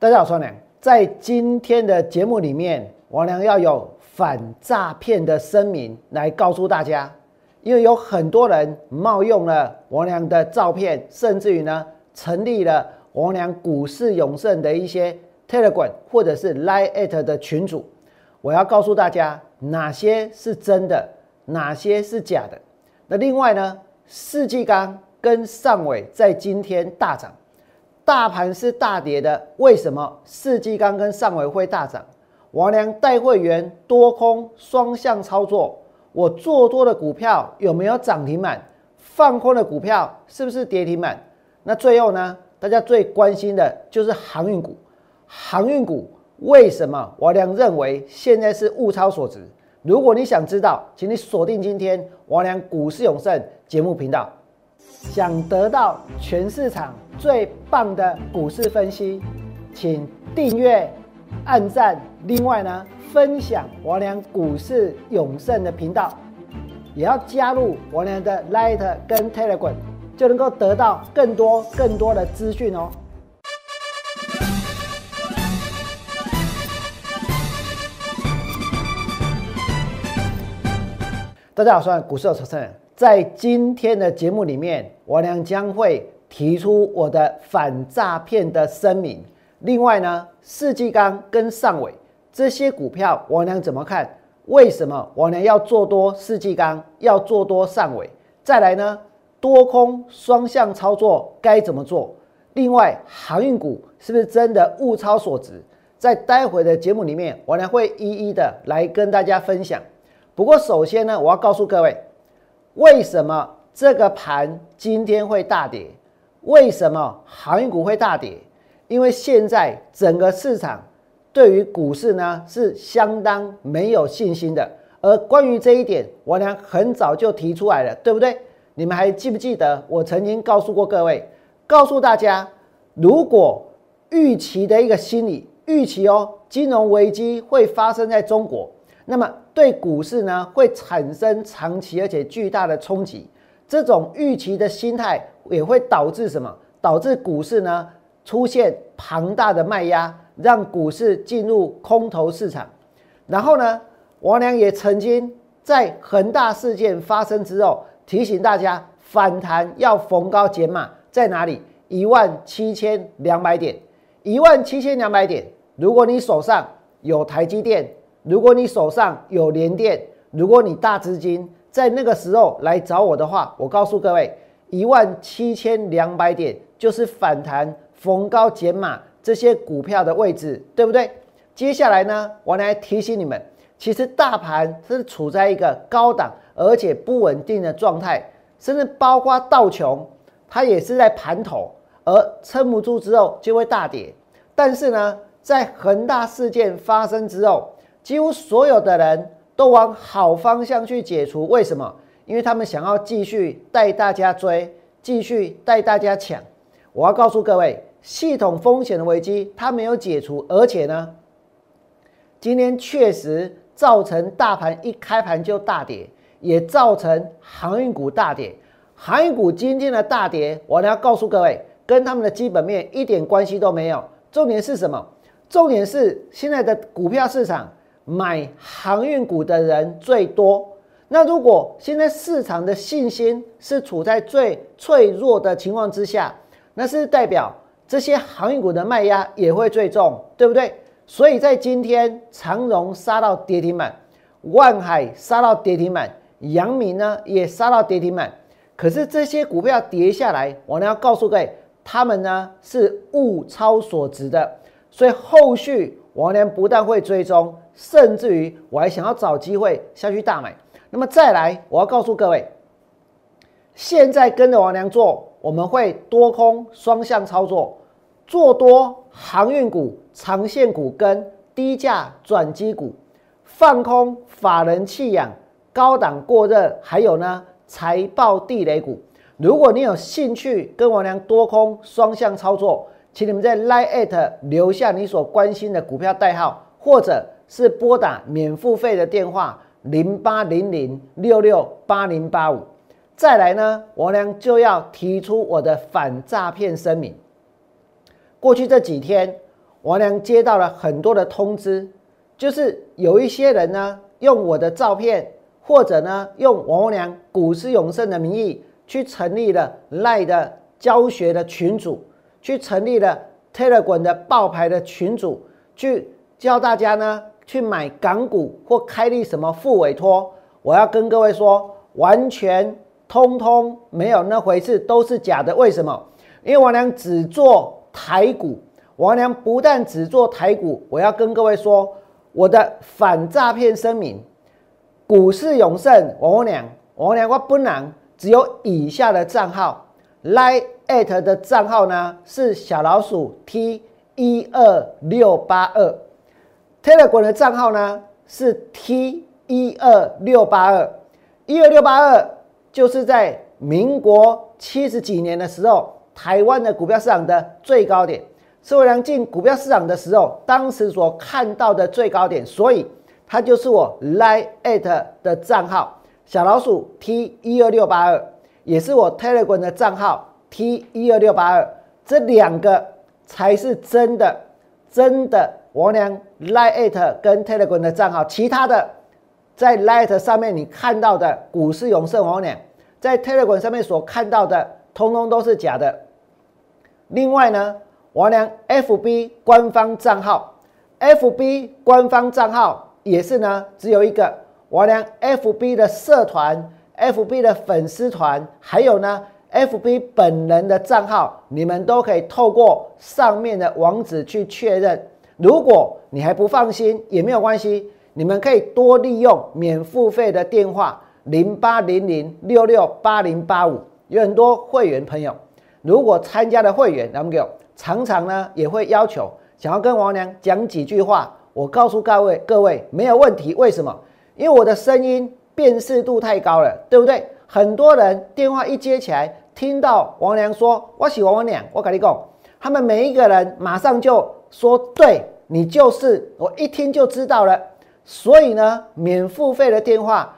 大家好，我是王良。在今天的节目里面，王良要有反诈骗的声明来告诉大家，因为有很多人冒用了王良的照片，甚至于呢成立了王良股市永胜的一些 Telegram 或者是 Line@ 的群组。我要告诉大家哪些是真的，哪些是假的。那另外呢，世纪钢跟上尾在今天大涨。大盘是大跌的，为什么世纪钢跟上尾会大涨？王良带会员多空双向操作，我做多的股票有没有涨停板？放空的股票是不是跌停板？那最后呢，大家最关心的就是航运股。航运股为什么王良认为现在是物超所值？如果你想知道，请你锁定今天王良股市永胜节目频道。想得到全市场最棒的股市分析，请订阅、按赞，另外呢，分享王良股市永胜的频道，也要加入王良的 Line 跟 Telegram， 就能够得到更多的资讯哦。大家好，我是股市有投资人。在今天的节目里面，王良将会提出我的反诈骗的声明。另外呢，世纪钢跟上尾这些股票，王良怎么看？为什么王良要做多世纪钢，要做多上尾？再来呢，多空双向操作该怎么做？另外，航运股是不是真的物超所值？在待会的节目里面，王良会一一的来跟大家分享。不过首先呢，我要告诉各位，为什么这个盘今天会大跌？为什么航运股会大跌？因为现在整个市场对于股市呢是相当没有信心的。而关于这一点，王良很早就提出来了，对不对？你们还记不记得我曾经告诉过各位，告诉大家，如果预期的一个心理预期金融危机会发生在中国，那么对股市呢会产生长期而且巨大的冲击，这种预期的心态也会导致什么？导致股市呢出现庞大的卖压，让股市进入空头市场。然后呢，王良也曾经在恒大事件发生之后提醒大家，反弹要逢高减码，在哪里？17200点，17200点。如果你手上有台积电，如果你手上有联电，如果你大资金在那个时候来找我的话，我告诉各位，17200点就是反弹逢高减码这些股票的位置，对不对？接下来呢，我来提醒你们，其实大盘是处在一个高档而且不稳定的状态，甚至包括道琼，它也是在盘头，而撑不住之后就会大跌。但是呢，在恒大事件发生之后，几乎所有的人都往好方向去解除，为什么？因为他们想要继续带大家追，继续带大家抢。我要告诉各位，系统风险的危机它没有解除，而且呢，今天确实造成大盘一开盘就大跌，也造成航运股大跌。航运股今天的大跌，我要告诉各位，跟他们的基本面一点关系都没有。重点是什么？重点是现在的股票市场买航运股的人最多。那如果现在市场的信心是处在最脆弱的情况之下，那是代表这些航运股的卖压也会最重，对不对？所以在今天，长荣杀到跌停板，万海杀到跌停板，阳明呢也杀到跌停板。可是这些股票跌下来，我呢要告诉各位，他们呢是物超所值的。所以后续王良不但会追踪，甚至于我还想要找机会下去大买。那么再来，我要告诉各位，现在跟着王良做，我们会多空双向操作，做多航运股、长线股跟低价转机股，放空法人弃养、高档过热，还有呢财报地雷股。如果你有兴趣跟王良多空双向操作，请你们在 Line@ 留下你所关心的股票代号，或者是拨打免付费的电话0800668085。再来呢，王良就要提出我的反诈骗声明。过去这几天， 王良接到了很多的通知，就是有一些人呢用我的照片，或者呢用王良股市永胜的名义去成立了 LINE 的教学的群组，去成立了 Telegram 的爆牌的群组，去教大家呢去买港股或开立什么副委托。我要跟各位说，完全通通没有那回事，都是假的。为什么？因为王良只做台股，王良不但只做台股，我要跟各位说，我的反诈骗声明，股市永胜王良我本人只有以下的账号 ，Line@ 的账号呢是小老鼠 T12682， Telegram 的账号呢是 T12682，12682就是在民国70几年的时候，台湾的股票市场的最高点，是王良进股票市场的时候，当时所看到的最高点，所以它就是我 Line@ 的账号小老鼠 T12682，也是我 Telegram 的账号 T12682，这两个才是真的王良 Line@ 跟 Telegram 的账号，其他的在 Line@ 上面你看到的股市永胜王良，在 Telegram 上面所看到的通通都是假的。另外呢，王良 FB 官方账号 ，FB 官方账号也是呢，只有一个王良 FB 的社团、FB 的粉丝团，还有呢 FB 本人的账号，你们都可以透过上面的网址去确认。如果你还不放心，也没有关系，你们可以多利用免付费的电话0800668085，有很多会员朋友，如果参加的会员，那么常常呢也会要求想要跟王良讲几句话。我告诉各位没有问题，为什么？因为我的声音辨识度太高了，对不对？很多人电话一接起来，听到王良说我喜欢王良，我跟你讲，他们每一个人马上就说对，你就是，我一听就知道了。所以呢，免付费的电话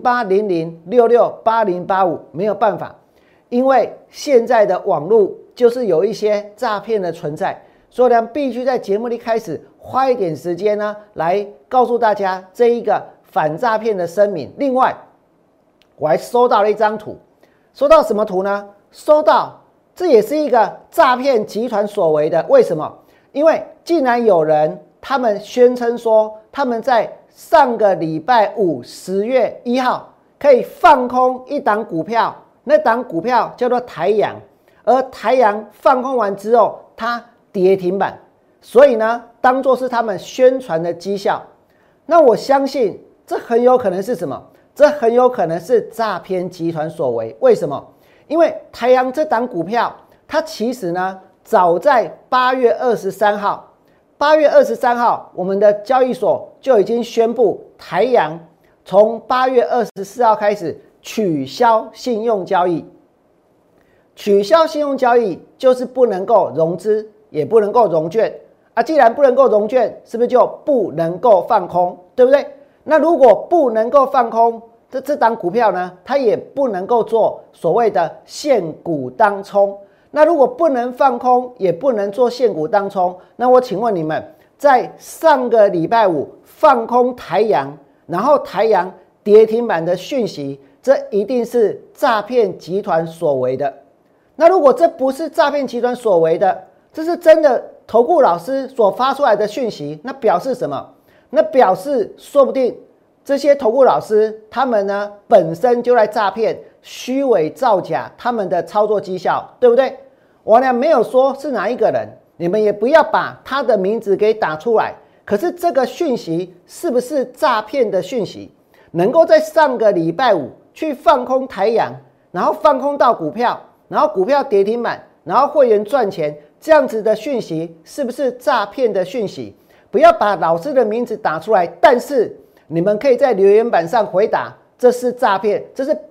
0800668085没有办法，因为现在的网络就是有一些诈骗的存在，所以呢，必须在节目里开始花一点时间呢，来告诉大家这一个反诈骗的声明。另外，我还收到了一张图，收到什么图呢？收到，这也是一个诈骗集团所为的。为什么？因为竟然有人他们宣称说，他们在上个礼拜五10月1号可以放空一档股票，那档股票叫做台阳，而台阳放空完之后，它跌停板，所以呢，当作是他们宣传的绩效。那我相信这很有可能是什么？这很有可能是诈骗集团所为。为什么？因为台阳这档股票，它其实呢，早在8月23号，8月23号，我们的交易所就已经宣布，台阳从8月24号开始取消信用交易。取消信用交易就是不能够融资，也不能够融券啊。既然不能够融券，是不是就不能够放空？对不对？那如果不能够放空，这档股票呢，它也不能够做所谓的现股当冲。那如果不能放空，也不能做现股当冲，那我请问你们，在上个礼拜五放空台阳，然后台阳跌停板的讯息，这一定是诈骗集团所为的。那如果这不是诈骗集团所为的，这是真的投顾老师所发出来的讯息，那表示什么？那表示说不定这些投顾老师他们呢本身就在诈骗，虚伪造假他们的操作绩效，对不对？我呢没有说是哪一个人，你们也不要把他的名字给打出来。可是这个讯息是不是诈骗的讯息？能够在上个礼拜五去放空台阳，然后放空到股票，然后股票跌停板，然后会员赚钱，这样子的讯息是不是诈骗的讯息？不要把老师的名字打出来，但是你们可以在留言板上回答，这是诈骗，这是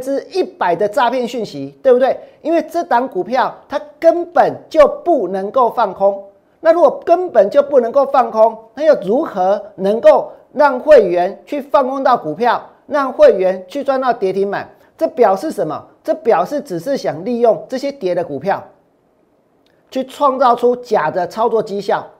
100%的诈骗讯息，对不对？因为这档股票它根本就不能够放空，那如果根本就不能够放空，那又如何能够让会员去放空到股票，让会员去赚到跌停板？这表示什么？这表示只是想利用这些跌的股票，去创造出假的操作绩效。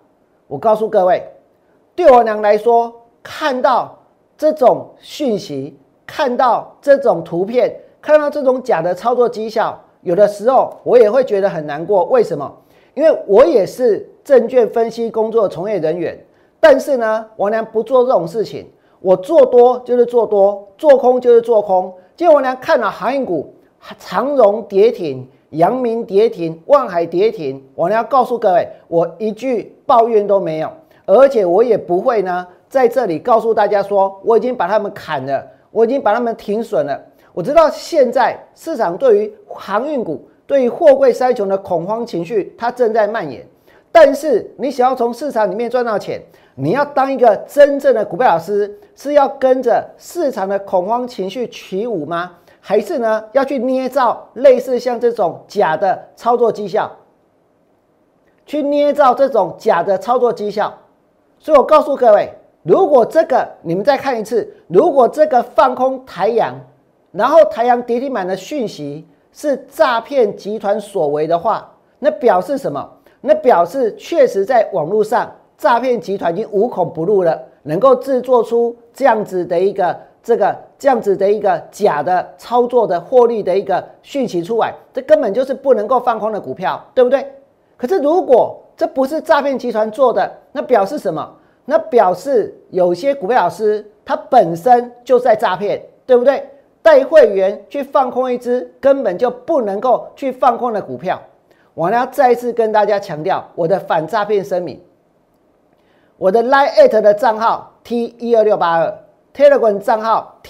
我告诉各位，对我娘来说，看到这种讯息，看到这种图片，看到这种假的操作绩效，有的时候我也会觉得很难过。为什么？因为我也是证券分析工作的从业人员，但是呢，王良不做这种事情。我做多就是做多，做空就是做空。结果王良看了航运股，长荣跌停，阳明跌停，万海跌停。王良告诉各位，我一句抱怨都没有，而且我也不会呢在这里告诉大家说我已经把他们砍了，我已经把他们停损了。我知道现在市场对于航运股、对于货柜三雄的恐慌情绪，它正在蔓延。但是你想要从市场里面赚到钱，你要当一个真正的股票老师，是要跟着市场的恐慌情绪起舞吗？还是呢要去捏造类似像这种假的操作绩效，去捏造这种假的操作绩效？所以我告诉各位，如果这个你们再看一次，如果这个放空台阳，然后台阳跌停板的讯息是诈骗集团所为的话，那表示什么？那表示确实在网络上诈骗集团已经无孔不入了，能够制作出这样子的一个假的操作的获利的一个讯息出来，这根本就是不能够放空的股票，对不对？可是如果这不是诈骗集团做的，那表示什么？那表示有些股票老师他本身就在诈骗，对不对？带会员去放空一只根本就不能够去放空的股票。我要再次跟大家强调我的反诈骗声明。我的 Line@ 的账号 T12682， Telegram 账号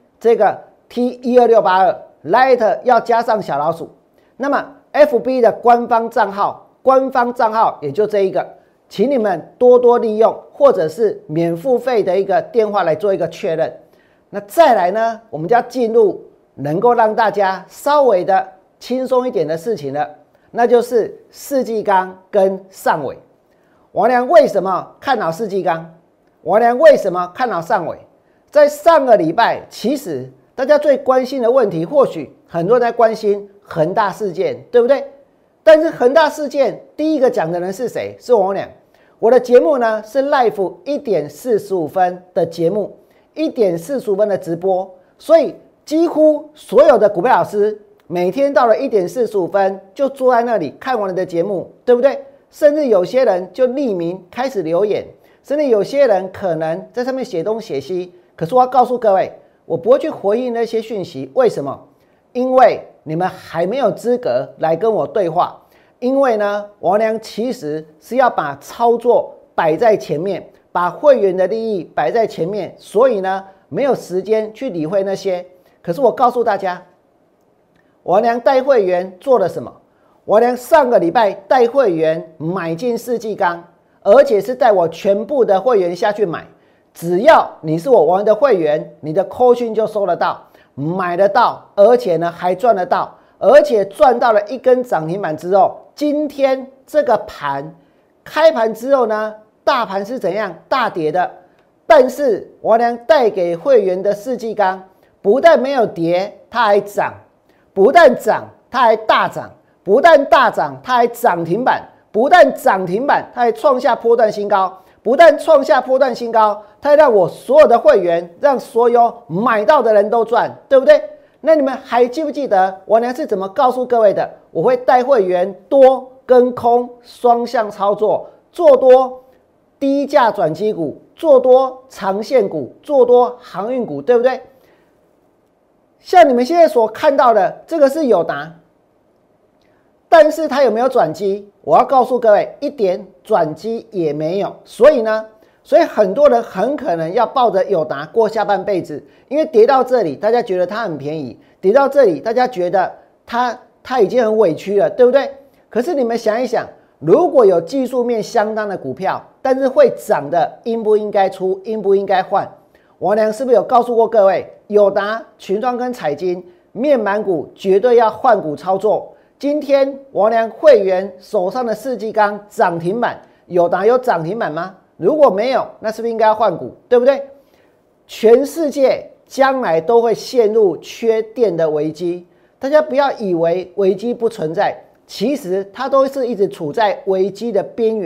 T12682， Line@ 要加上小老鼠。那么 FB 的官方账号也就这一个，请你们多多利用，或者是免付费的一个电话来做一个确认。那再来呢，我们就要进入能够让大家稍微的轻松一点的事情了，那就是世纪钢跟上尾。王良为什么看好世纪钢？王良为什么看好上尾？在上个礼拜，其实大家最关心的问题，或许很多人在关心恒大事件，对不对？但是恒大事件第一个讲的人是谁？是王良。我的节目呢是 Live 1点45分的节目，1点45分的直播，所以几乎所有的股票老师每天到了1点45分就坐在那里看完了的节目，对不对？甚至有些人就匿名开始留言，甚至有些人可能在上面写东写西。可是我要告诉各位，我不会去回应那些讯息。为什么？因为你们还没有资格来跟我对话。因为呢，王良其实是要把操作摆在前面，把会员的利益摆在前面，所以呢，没有时间去理会那些。可是我告诉大家，王良带会员做了什么？王良上个礼拜带会员买进世纪钢，而且是带我全部的会员下去买。只要你是我王良的会员，你的扣讯就收得到，买得到，而且呢还赚得到，而且赚到了一根涨停板之后，今天这个盘开盘之后呢，大盘是怎样大跌的？但是王良带给会员的世纪钢不但没有跌，它还涨；不但涨，它还大涨；不但大涨，它还涨停板；不但涨停板，它还创下波段新高；不但创下波段新高，它还让我所有的会员，让所有买到的人都赚，对不对？那你们还记不记得王良是怎么告诉各位的？我会带会员多跟空双向操作，做多低价转机股，做多长线股，做多航运股，对不对？像你们现在所看到的，这个是友达，但是它有没有转机？我要告诉各位，一点转机也没有。所以很多人很可能要抱着友达过下半辈子，因为跌到这里，大家觉得它很便宜；跌到这里，大家觉得它已经很委屈了，对不对？可是你们想一想，如果有技术面相当的股票，但是会涨的，应不应该出？应不应该换？王良是不是有告诉过各位，友达、群创跟彩晶面板股绝对要换股操作？今天王良会员手上的世纪钢涨停板，友达有涨停板吗？如果没有，那是不是应该要换股？对不对？全世界将来都会陷入缺电的危机，大家不要以为危机不存在，其实它都是一直处在危机的边缘，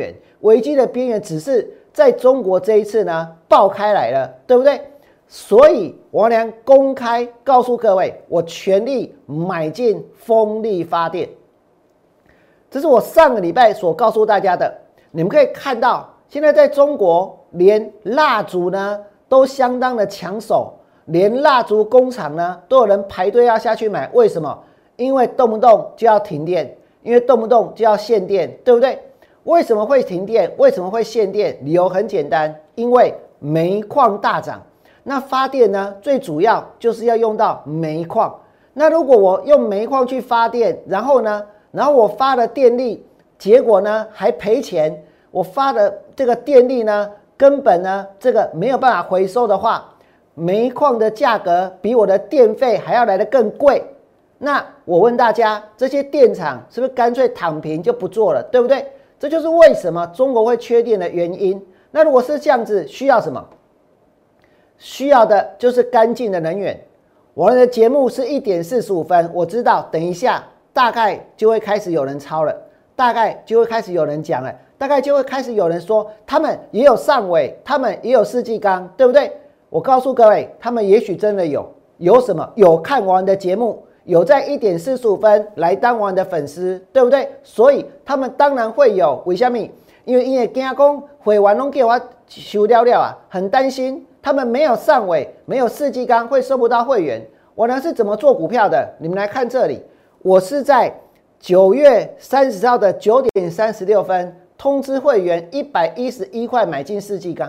危机的边缘只是在中国这一次呢爆开来了，对不对？所以王良公开告诉各位，我全力买进风力发电。这是我上个礼拜所告诉大家的。你们可以看到，现在在中国连蜡烛呢都相当的抢手，连蜡烛工厂呢都有人排队要下去买。为什么？因为动不动就要停电，因为动不动就要限电，对不对？为什么会停电？为什么会限电？理由很简单，因为煤矿大涨。那发电呢，最主要就是要用到煤矿。那如果我用煤矿去发电，然后我发了电力，结果呢还赔钱，我发的这个电力呢，根本呢这个没有办法回收的话，煤矿的价格比我的电费还要来得更贵。那我问大家，这些电厂是不是干脆躺平就不做了，对不对？这就是为什么中国会缺电的原因。那如果是这样子，需要什么？需要的就是干净的能源。我的节目是1点45分，我知道等一下大概就会开始有人抄了，大概就会开始有人讲了，大概就会开始有人说他们也有上尾，他们也有世纪钢，对不对？我告诉各位，他们也许真的有什么？有看完的节目，有在1点45分来当完的粉丝，对不对？所以他们当然会有。为什么？因为怕说会员都给我收了了啊，很担心他们没有上尾，没有世纪钢会收不到会员。我呢是怎么做股票的？你们来看这里，我是在9月30号的9点36分通知会员111块买进世纪钢。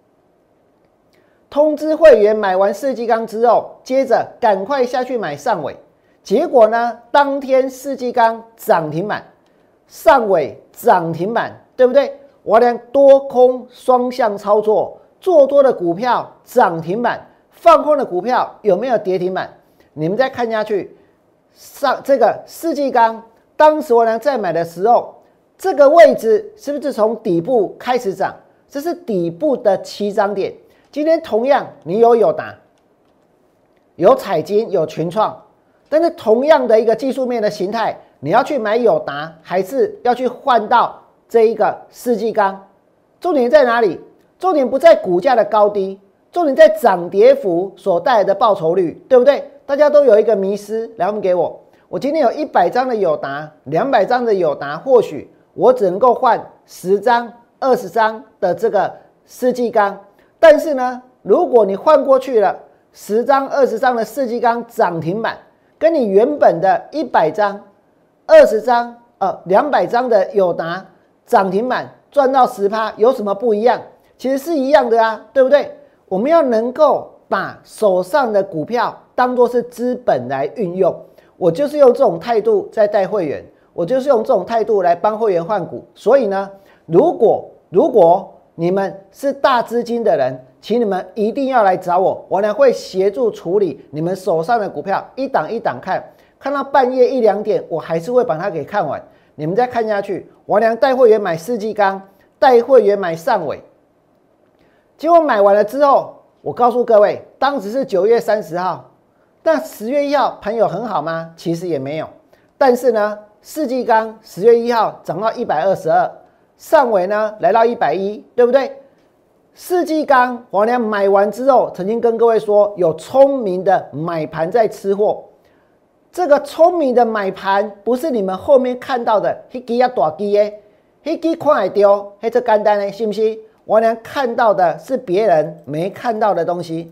通知会员买完世纪钢之后，接着赶快下去买上尾。结果呢，当天世纪钢涨停板，上尾涨停板，对不对？我俩多空双向操作，做多的股票涨停板，放空的股票有没有跌停板？你们再看下去，这个世纪钢，当时我俩在买的时候，这个位置是不是从底部开始涨？这是底部的起涨点。今天同样，你有友达、有彩晶、有群创，但是同样的一个技术面的形态，你要去买友达，还是要去换到这一个世纪钢？重点在哪里？重点不在股价的高低，重点在涨跌幅所带来的报酬率，对不对？大家都有一个迷思，来，我们给我今天有100张的友达，200张的友达，或许我只能够换10张、20张的这个世纪钢。但是呢，如果你换过去了10张、20张的世纪钢涨停板，跟你原本的100张、20张、200张的友达涨停板赚到10%，有什么不一样？其实是一样的啊，对不对？我们要能够把手上的股票当作是资本来运用。我就是用这种态度在带会员，我就是用这种态度来帮会员换股。所以呢，如果你们是大资金的人，请你们一定要来找我，我呢会协助处理你们手上的股票，一档一档看到半夜1、2点，我还是会把它给看完。你们再看下去，我呢带会员买世纪钢，带会员买上尾。结果买完了之后，我告诉各位，当时是9月30号，但10月1号盘有很好吗？其实也没有。但是呢，世纪钢10月1号涨到122，上尾呢来到110，对不对？世纪钢我俩买完之后，曾经跟各位说，有聪明的买盘在吃货。这个聪明的买盘不是你们后面看到的那支啊大支的，那支看会到，那这简单的，是不是？我俩看到的是别人没看到的东西。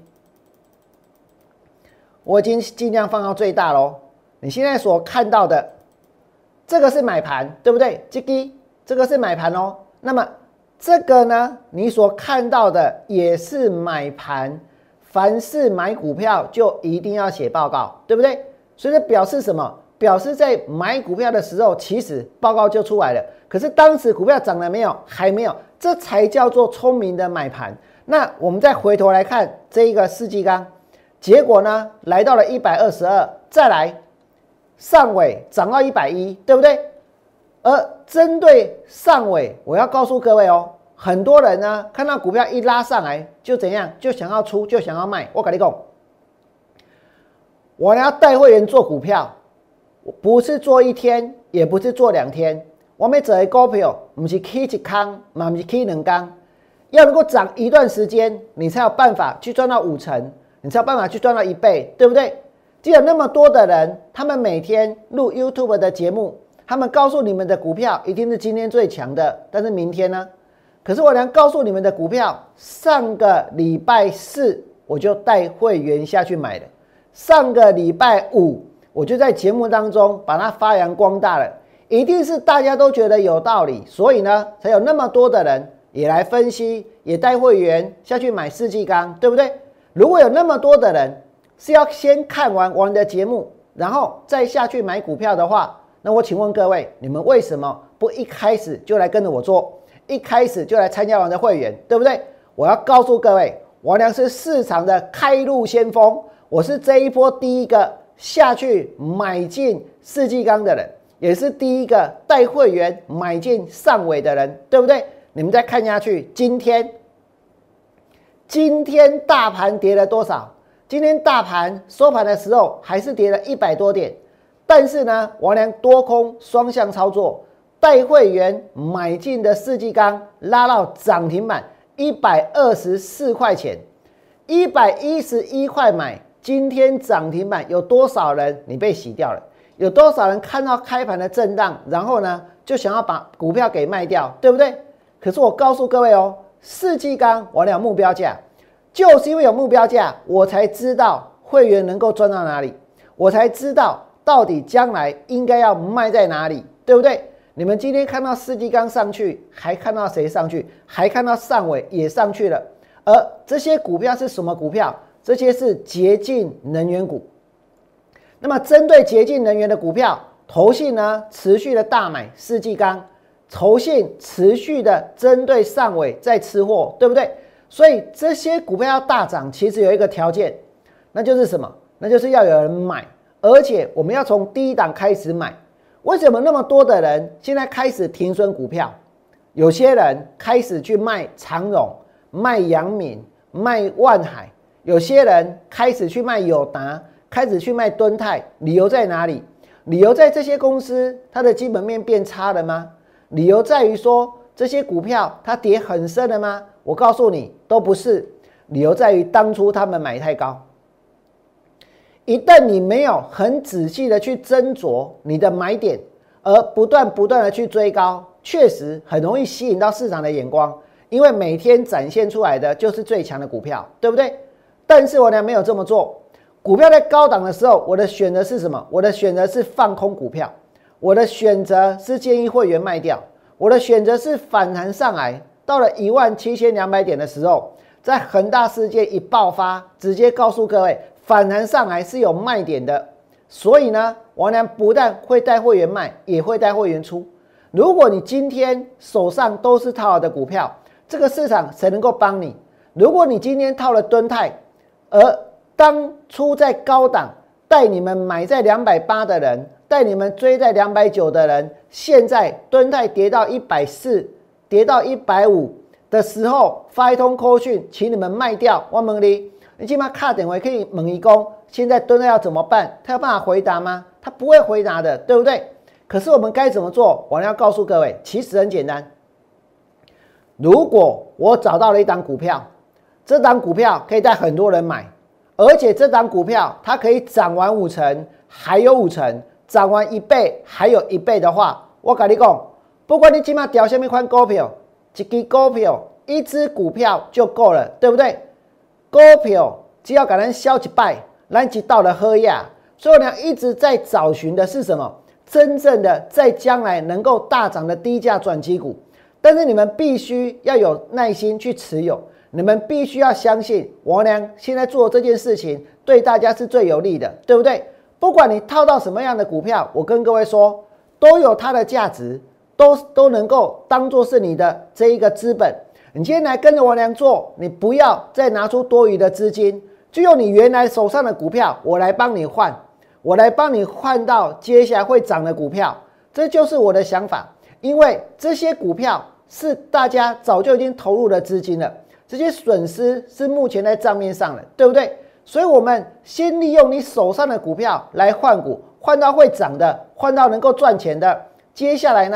我已经尽量放到最大咯。你现在所看到的，这个是买盘，对不对？这个是买盘哦。那么这个呢，你所看到的也是买盘。凡是买股票就一定要写报告，对不对？所以这表示什么？表示在买股票的时候，其实报告就出来了。可是当时股票涨了没有？还没有，这才叫做聪明的买盘。那我们再回头来看这一个世纪钢，结果呢来到了122，再来上尾涨到110，对不对？而针对上尾，我要告诉各位哦，很多人呢看到股票一拉上来就怎样，就想要出，就想要卖。我跟你讲，我要带会员做股票，不是做1天，也不是做2天， 我们做的股票不是起一空，嘛不是起两天，要能够涨一段时间，你才有办法去赚到5成，你才有办法去赚到1倍，对不对？既有那么多的人，他们每天录 YouTube 的节目，他们告诉你们的股票一定是今天最强的，但是明天呢？可是我能告诉你们的股票，上个礼拜4我就带会员下去买了，上个礼拜5我就在节目当中把它发扬光大了，一定是大家都觉得有道理，所以呢，才有那么多的人也来分析，也带会员下去买世纪钢，对不对？如果有那么多的人是要先看完我的节目，然后再下去买股票的话，那我请问各位，你们为什么不一开始就来跟着我做，一开始就来参加我的会员，对不对？我要告诉各位，王良是市场的开路先锋，我是这一波第一个下去买进世纪钢的人，也是第一个带会员买进上尾的人，对不对？你们再看下去，今天大盘跌了多少？今天大盘收盘的时候还是跌了100多点，但是呢，王良多空双向操作，带会员买进的世纪钢拉到涨停板124块钱，111块买，今天涨停板有多少人你被洗掉了？有多少人看到开盘的震荡，然后呢就想要把股票给卖掉，对不对？可是我告诉各位哦，世纪钢王良目标价。就是因为有目标价，我才知道会员能够赚到哪里，我才知道到底将来应该要卖在哪里，对不对？你们今天看到世纪钢上去，还看到谁上去？还看到上尾也上去了。而这些股票是什么股票？这些是洁净能源股。那么针对洁净能源的股票，投信呢持续的大买世纪钢，投信持续的针对上尾在吃货，对不对？所以这些股票要大涨，其实有一个条件，那就是什么？那就是要有人买，而且我们要从低档开始买。为什么那么多的人现在开始停损股票？有些人开始去卖长荣、卖阳明、卖万海，有些人开始去卖友达，开始去卖敦泰，理由在哪里？理由在这些公司它的基本面变差了吗？理由在于说这些股票它跌很深了吗？我告诉你，都不是，理由在于当初他们买太高。一旦你没有很仔细的去斟酌你的买点，而不断的去追高，确实很容易吸引到市场的眼光，因为每天展现出来的就是最强的股票，对不对？但是我呢没有这么做，股票在高档的时候，我的选择是什么？我的选择是放空股票，我的选择是建议会员卖掉，我的选择是反弹上来。到了17200点的时候，在恒大事件一爆发，直接告诉各位，反弹上来是有卖点的。所以呢，王良不但会带会员卖，也会带会员出。如果你今天手上都是套好的股票，这个市场谁能够帮你？如果你今天套了敦泰，而当初在高档带你们买在280的人，带你们追在290的人，现在敦泰跌到140。跌到150的时候，发一通扣讯，请你们卖掉。我问你，你起码卡点位可以问一公，现在敦泰要怎么办？他有办法回答吗？他不会回答的，对不对？可是我们该怎么做？我要告诉各位，其实很简单。如果我找到了一档股票，这档股票可以带很多人买，而且这档股票它可以涨完5成，还有5成，涨完1倍，还有1倍的话，我跟你讲。不管你今晚调什么款股票，一支股票、一只股票就够了，对不对？股票只要给人消一摆，咱就到了喝呀。所以我们一直在找寻的是什么？真正的在将来能够大涨的低价转机股。但是你们必须要有耐心去持有，你们必须要相信王良现在做这件事情对大家是最有利的，对不对？不管你套到什么样的股票，我跟各位说，都有它的价值。都能够当作是你的这一个资本。你今天来跟着王良做，你不要再拿出多余的资金，就用你原来手上的股票，我来帮你换，我来帮你换到接下来会涨的股票。这就是我的想法，因为这些股票是大家早就已经投入了资金了，这些损失是目前在账面上的，对不对？所以我们先利用你手上的股票来换股，换到会涨的，换到能够赚钱的。接下来呢，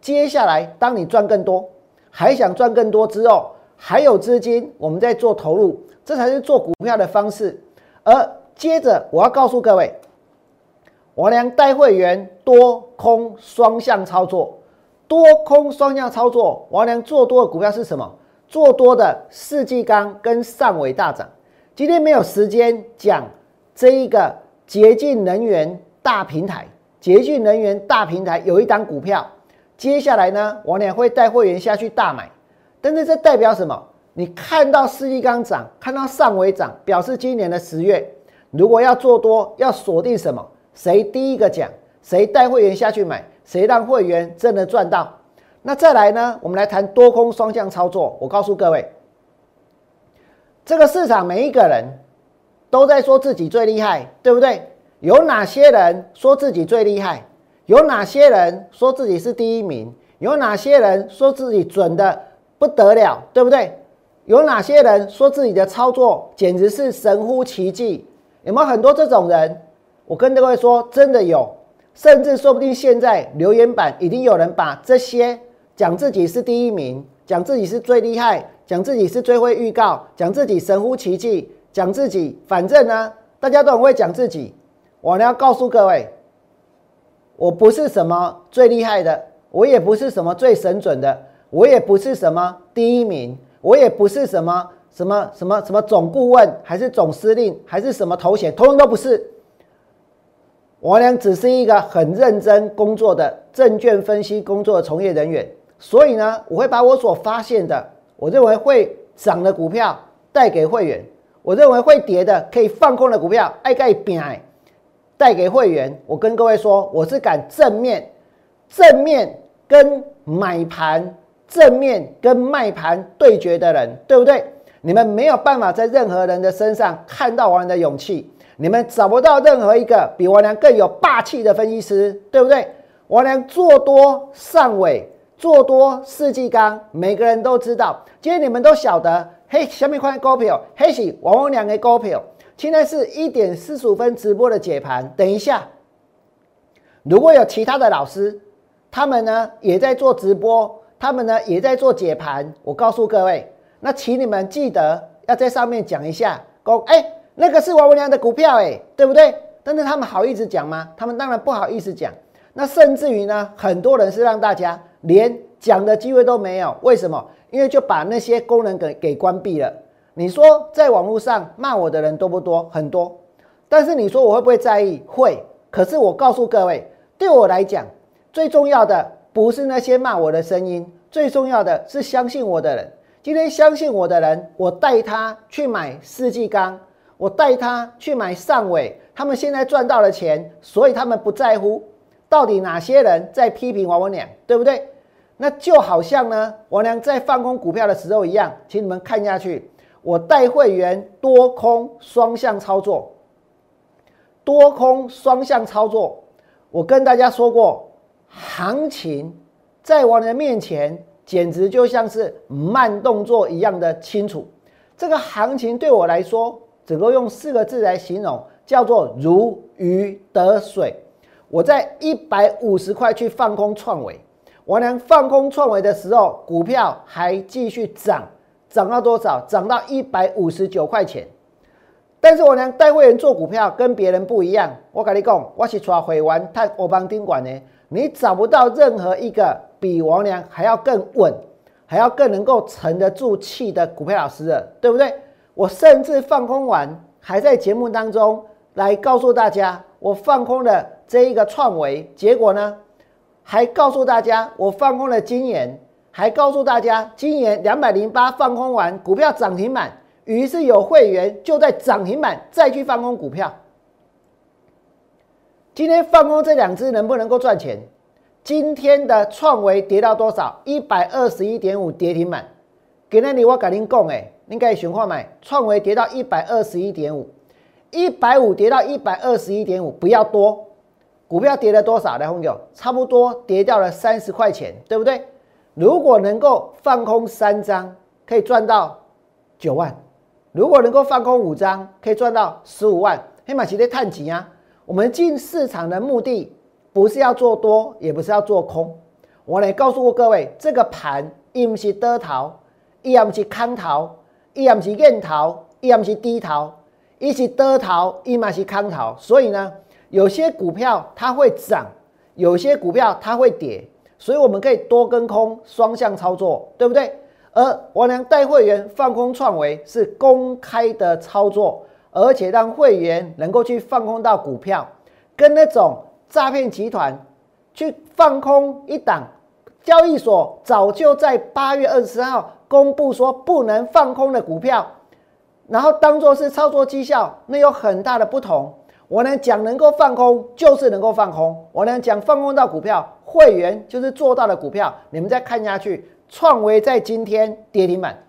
接下来当你赚更多，还想赚更多之后，还有资金，我们在做投入，这才是做股票的方式。而接着我要告诉各位，王良带会员多空双向操作，多空双向操作，王良做多的股票是什么？做多的世纪钢跟上尾大涨。今天没有时间讲这一个洁净能源大平台，洁净能源大平台有一档股票，接下来呢，王良会带会员下去大买。但是这代表什么？你看到世纪钢涨，看到上尾涨，表示今年的10月，如果要做多，要锁定什么？谁第一个讲，谁带会员下去买，谁让会员真的赚到。那再来呢，我们来谈多空双向操作。我告诉各位，这个市场每一个人都在说自己最厉害，对不对？有哪些人说自己最厉害？有哪些人说自己是第一名？有哪些人说自己准的不得了，对不对？有哪些人说自己的操作简直是神乎其技？有没有很多这种人？我跟各位说，真的有，甚至说不定现在留言板已经有人把这些讲自己是第一名，讲自己是最厉害，讲自己是最会预告，讲自己神乎其技，讲自己反正呢，大家都很会讲自己。我要告诉各位，我不是什么最厉害的，我也不是什么最神准的，我也不是什么第一名，我也不是什么总顾问，还是总司令，还是什么头衔，通通都不是。我俩只是一个很认真工作的证券分析工作的从业人员，所以呢，我会把我所发现的，我认为会涨的股票带给会员，我认为会跌的可以放空的股票爱盖平带给会员。我跟各位说，我是敢正面跟买盘、正面跟卖盘对决的人，对不对？你们没有办法在任何人的身上看到王良的勇气，你们找不到任何一个比王良更有霸气的分析师，对不对？王良做多上尾，做多世纪钢，每个人都知道。今天你们都晓得，嘿，什么款股票？嘿是王良的股票。现在是1点45分直播的解盘。等一下，如果有其他的老师，他们呢也在做直播，他们呢也在做解盘，我告诉各位，那请你们记得要在上面讲一下，说，那个是王文良的股票，对不对？但是他们好意思讲吗？他们当然不好意思讲。那甚至于呢，很多人是让大家连讲的机会都没有。为什么？因为就把那些功能给关闭了。你说在网络上骂我的人多不多？很多。但是你说我会不会在意？会。可是我告诉各位，对我来讲，最重要的不是那些骂我的声音，最重要的是相信我的人。今天相信我的人，我带他去买世纪钢，我带他去买上尾，他们现在赚到了钱，所以他们不在乎到底哪些人在批评王文良，对不对？那就好像呢，王良在放空股票的时候一样，请你们看下去，我带会员多空双向操作，多空双向操作，我跟大家说过，行情在王良面前简直就像是慢动作一样的清楚。这个行情对我来说，只能用4个字来形容，叫做如鱼得水。我在150块去放空创惟，王良放空创惟的时候，股票还继续涨，涨到多少？涨到159块钱。但是王良带会员做股票跟别人不一样，我跟你讲，我是带会员看欧邦丁管的，你找不到任何一个比王良还要更稳，还要更能够沉得住气的股票老师了，对不对？我甚至放空完，还在节目当中来告诉大家，我放空了这一个创惟，结果呢，还告诉大家我放空了金研，还告诉大家金研208放空完，股票涨停板。于是有会员就在涨停板再去放空股票。今天放空这2只能不能够赚钱？今天的创惟跌到多少？ 121.5 跌停板。今天我跟您讲您可以想看买，创惟跌到 121.5 150跌到 121.5， 不要多。股票跌了多少？来，朋友，差不多跌掉了30块钱，对不对？如果能够放空3张，可以赚到9万。如果能够放空5张，可以赚到15万，黑马其实探钱啊！我们进市场的目的不是要做多，也不是要做空， 我来告诉过各位，这个盘伊不是多头，伊也不是空头，伊也不是硬头，伊也不是低头，伊是多头，伊嘛是空头。所以呢，有些股票它会涨，有些股票它会跌，所以我们可以多跟空双向操作，对不对？而王良带会员放空创维是公开的操作，而且让会员能够去放空到股票，跟那种诈骗集团去放空一档交易所早就在8月24号公布说不能放空的股票，然后当作是操作绩效，那有很大的不同。我能讲能够放空就是能够放空，我能讲放空到股票，会员就是做到的股票。你们再看下去，创维在今天跌停板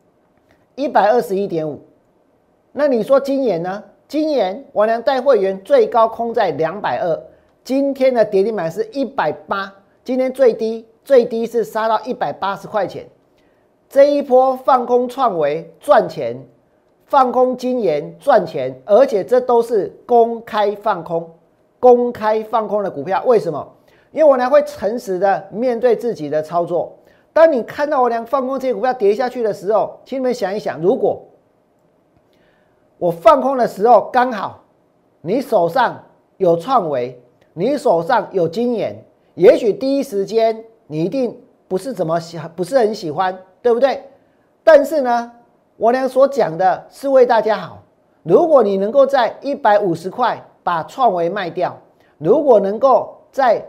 121.5， 那你说今年呢？今年我能带会员最高空在220，今天的跌停板是180，今天最低是杀到180块钱。这一波放空创维赚钱，放空金研赚钱，而且这都是公开放空的股票。为什么？因为我呢会诚实的面对自己的操作。当你看到我俩放空这些股票跌下去的时候，请你们想一想，如果我放空的时候刚好你手上有创维，你手上有金研，也许第一时间你一定不是很喜欢，对不对？但是呢，我俩所讲的是为大家好。如果你能够在150块把创维卖掉，如果能够在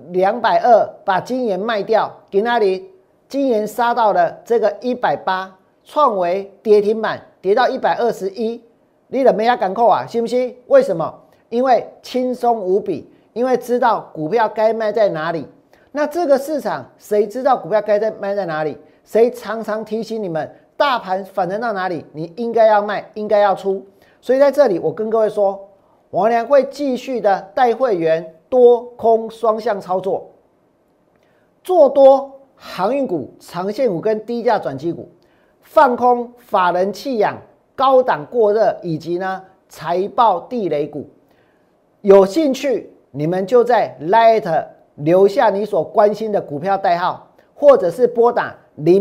220把金研卖掉，给那里金研杀到了这个180，创维跌停板跌到121，你怎么样敢扣啊？信不信？为什么？因为轻松无比，因为知道股票该卖在哪里。那这个市场谁知道股票该卖在哪里？谁常常提醒你们大盘反弹到哪里，你应该要卖，应该要出。所以在这里我跟各位说，王良会继续的带会员多空双向操作，做多航运股、长线股跟低价转机股，放空法人弃养、高档过热以及呢财报地雷股。有兴趣你们就在 Line 留下你所关心的股票代号，或者是拨打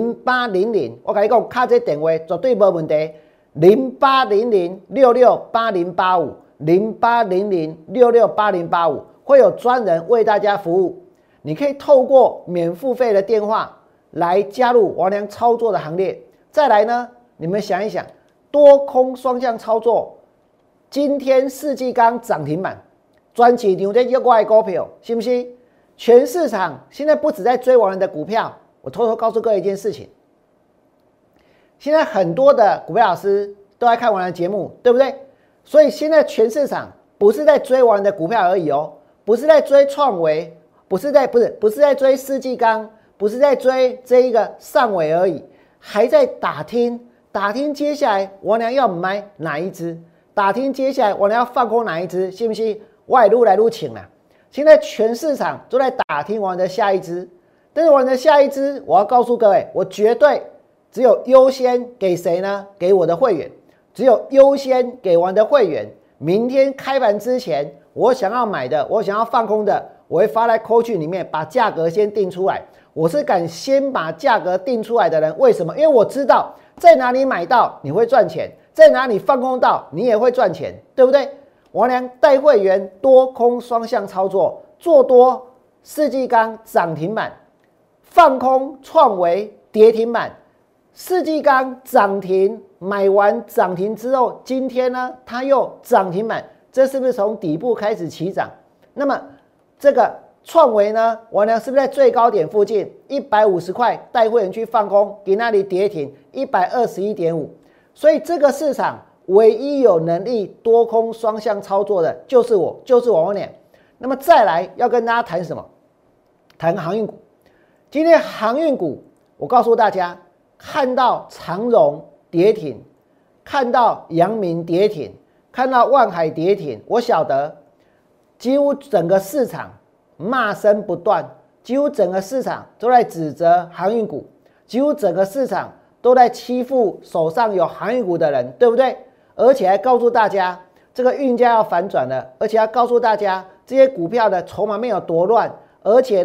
0800，我跟你讲，卡这电话绝对没问题。0800668085，0800668085，会有专人为大家服务。你可以透过免付费的电话来加入王良操作的行列。再来呢，你们想一想，多空双向操作，今天世纪钢涨停板，专市场在约我的股票，信不信？全市场现在不止在追王良的股票，我偷偷告诉各位一件事情。现在很多的股票老师都在看王良的节目，对不对？所以现在全市场不是在追王良的股票而已哦，不是在追创维，不是在追世纪钢，不是在追这一个上尾而已，还在打听接下来王良要买哪一支，打听接下来王良要放空哪一支，信不信？我也越来越请了。现在全市场都在打听王良的下一支，但是王良的下一支，我要告诉各位，我绝对只有优先给谁呢？给我的会员，只有优先给完的会员。明天开盘之前，我想要买的，我想要放空的，我会发在扣讯里面，把价格先定出来。我是敢先把价格定出来的人，为什么？因为我知道在哪里买到你会赚钱，在哪里放空到你也会赚钱，对不对？王良带会员多空双向操作，做多世纪钢涨停板，放空创维跌停板。世纪钢涨停，买完涨停之后，今天呢它又涨停板，这是不是从底部开始起涨？那么这个创维呢，王良是不是在最高点附近150块带会员去放空，给那里跌停121.5？所以这个市场唯一有能力多空双向操作的就是我，就是王良。那么再来要跟大家谈什么？谈航运股。今天航运股，我告诉大家。看到长荣跌停，看到阳明跌停，看到万海跌停，我晓得几乎整个市场骂声不断，几乎整个市场都在指责航运股，几乎整个市场都在欺负手上有航运股的人，对不对？而且还告诉大家这个运价要反转了，而且还告诉大家这些股票的筹码面有多乱，而且呢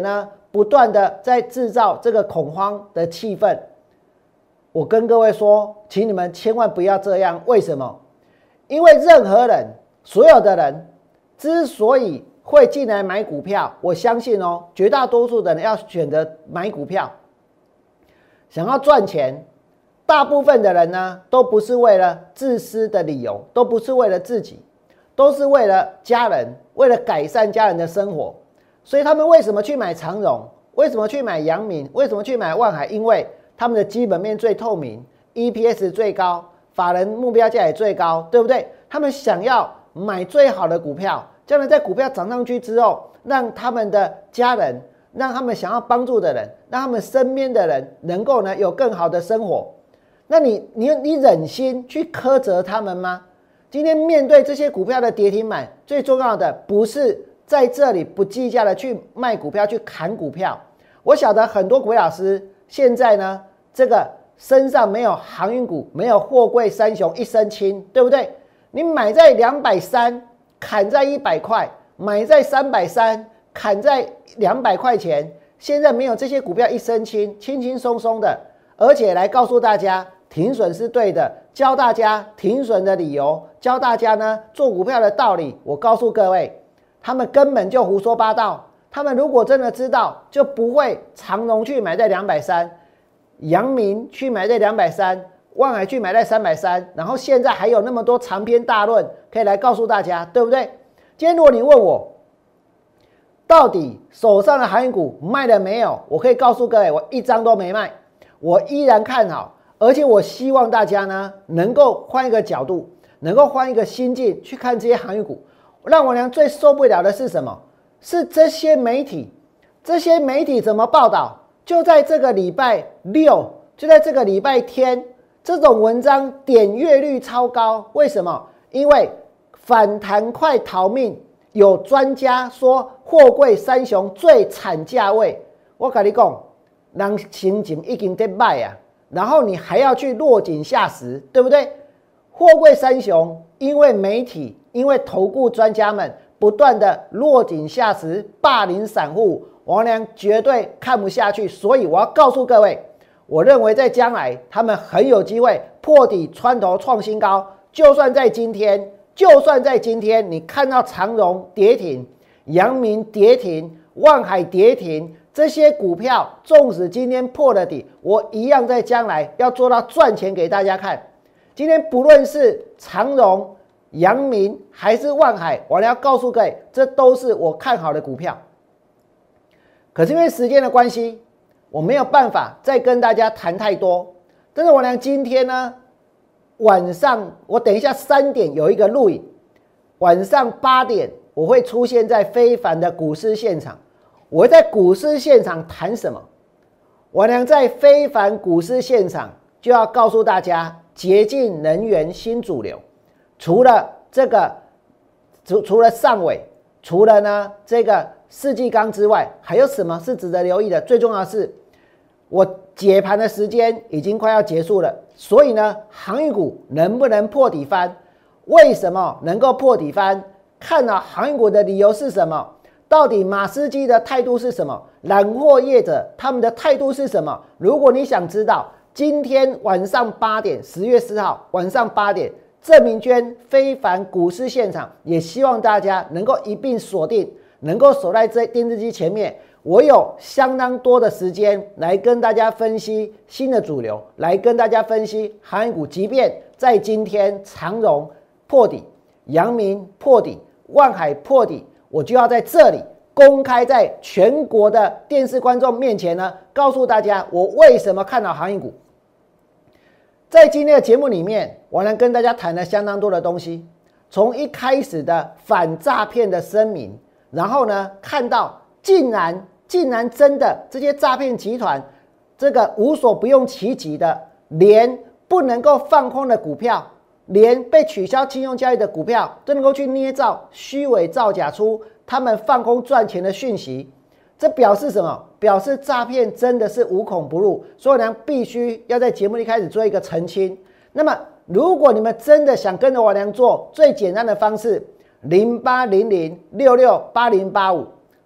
不断的在制造这个恐慌的气氛。我跟各位说，请你们千万不要这样。为什么？因为任何人，所有的人之所以会进来买股票，我相信哦，绝大多数的人要选择买股票，想要赚钱。大部分的人呢，都不是为了自私的理由，都不是为了自己，都是为了家人，为了改善家人的生活。所以他们为什么去买长荣？为什么去买阳明？为什么去买万海？因为他们的基本面最透明， EPS 最高，法人目标价也最高，对不对？他们想要买最好的股票，将来在股票涨上去之后，让他们的家人，让他们想要帮助的人，让他们身边的人能够呢有更好的生活。那你忍心去苛责他们吗？今天面对这些股票的跌停板，最重要的不是在这里不计价的去卖股票，去砍股票。我晓得很多股票老师现在呢，这个身上没有航运股，没有货柜三雄一身轻，对不对？你买在230，砍在100块，买在330，砍在200块钱，现在没有这些股票一身轻，轻轻松松的，而且来告诉大家停损是对的，教大家停损的理由，教大家呢做股票的道理。我告诉各位，他们根本就胡说八道。他们如果真的知道，就不会长荣去买在230，阳明去买在230，万海去买在330，然后现在还有那么多长篇大论可以来告诉大家，对不对？今天如果你问我，到底手上的航运股卖了没有？我可以告诉各位，我一张都没卖，我依然看好。而且我希望大家呢，能够换一个角度，能够换一个心境去看这些航运股。让我娘最受不了的是什么？是这些媒体怎么报道？就在这个礼拜六，就在这个礼拜天，这种文章点阅率超高。为什么？因为反弹快逃命，有专家说货柜三雄最惨价位。我跟你讲，人心情已经在坏啊。然后你还要去落井下石，对不对？货柜三雄因为媒体，因为投顾专家们不断的落井下石，霸凌散户，王良绝对看不下去。所以我要告诉各位，我认为在将来他们很有机会破底穿头创新高。就算在今天你看到长荣跌停，阳明跌停，万海跌停，这些股票纵使今天破了底，我一样在将来要做到赚钱给大家看。今天不论是长荣、阳明还是万海，我要告诉各位，这都是我看好的股票。可是因为时间的关系，我没有办法再跟大家谈太多。但是我呢，今天呢晚上，我等一下3点有一个录影，晚上8点我会出现在非凡的股市现场。我会在股市现场谈什么？我娘在非凡股市现场就要告诉大家，洁净能源新主流。除了这个，除了上尾，除了呢这个世纪钢之外，还有什么是值得留意的？最重要的是，我解盘的时间已经快要结束了，所以呢，航运股能不能破底翻？为什么能够破底翻？看了航运股的理由是什么？到底马士基的态度是什么？揽货业者他们的态度是什么？如果你想知道，今天晚上8点，10月4号晚上8点，郑明娟非凡股市现场，也希望大家能够一并锁定，能够守在这电视机前面。我有相当多的时间来跟大家分析新的主流，来跟大家分析航运股。即便在今天长荣破底，阳明破底，万海破底，我就要在这里公开在全国的电视观众面前呢，告诉大家我为什么看好航运股。在今天的节目里面，我能跟大家谈了相当多的东西，从一开始的反诈骗的声明，然后呢看到竟然真的这些诈骗集团，这个无所不用其极的，连不能够放空的股票，连被取消信用交易的股票都能够去捏造、虚伪造假出他们放空赚钱的讯息。这表示什么？表示诈骗真的是无孔不入。所以呢，必须要在节目一开始做一个澄清。那么如果你们真的想跟着我娘做，最简单的方式，0800668085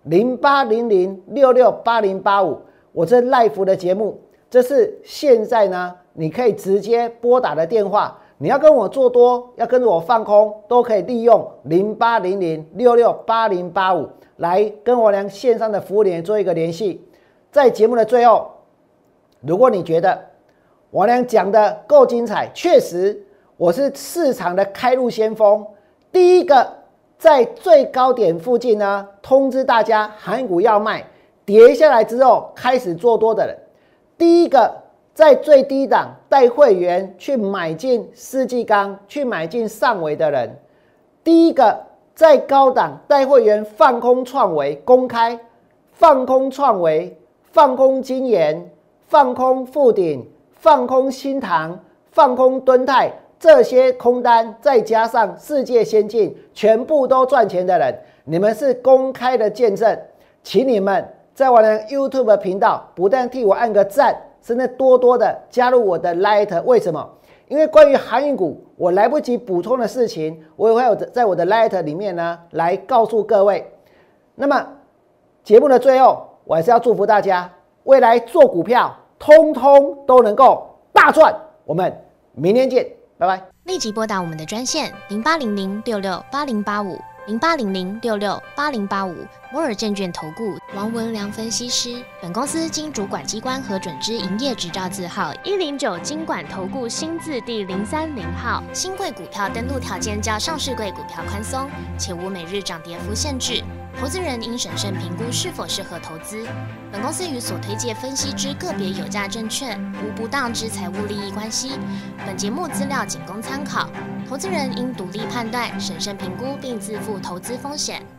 0800668085，我这 Live 的节目，这是现在呢，你可以直接拨打的电话。你要跟我做多，要跟着我放空，都可以利用0800668085来跟我俩线上的服务人员做一个联系。在节目的最后，如果你觉得我俩讲的够精彩，确实我是市场的开路先锋，第一个在最高点附近呢通知大家航运股要卖，跌下来之后开始做多的人，第一个在最低档带会员去买进世纪钢、去买进上尾的人，第一个在高档带会员放空创维公开，放空创维，放空金研，放空富鼎，放空新唐，放空敦泰，这些空单再加上世界先进，全部都赚钱的人，你们是公开的见证，请你们在我的 YouTube 频道不但替我按个赞，甚至多多的加入我的 Light。 为什么？因为关于航运股我来不及补充的事情，我也会有在我的 Light 里面呢来告诉各位。那么节目的最后，我还是要祝福大家未来做股票通通都能够大赚。我们明天见，拜拜。 立即拨打我们的专线08006680850800668085摩尔证券投顾王文良分析师。本公司经主管机关核准之营业执照字号109金管投顾新字第030号。新贵股票登录条件较上市贵股票宽松，且无每日涨跌幅限制。投资人应审慎评估是否适合投资。本公司与所推介分析之个别有价证券无不当之财务利益关系。本节目资料仅供参考，投资人应独立判断、审慎评估并自负投资风险。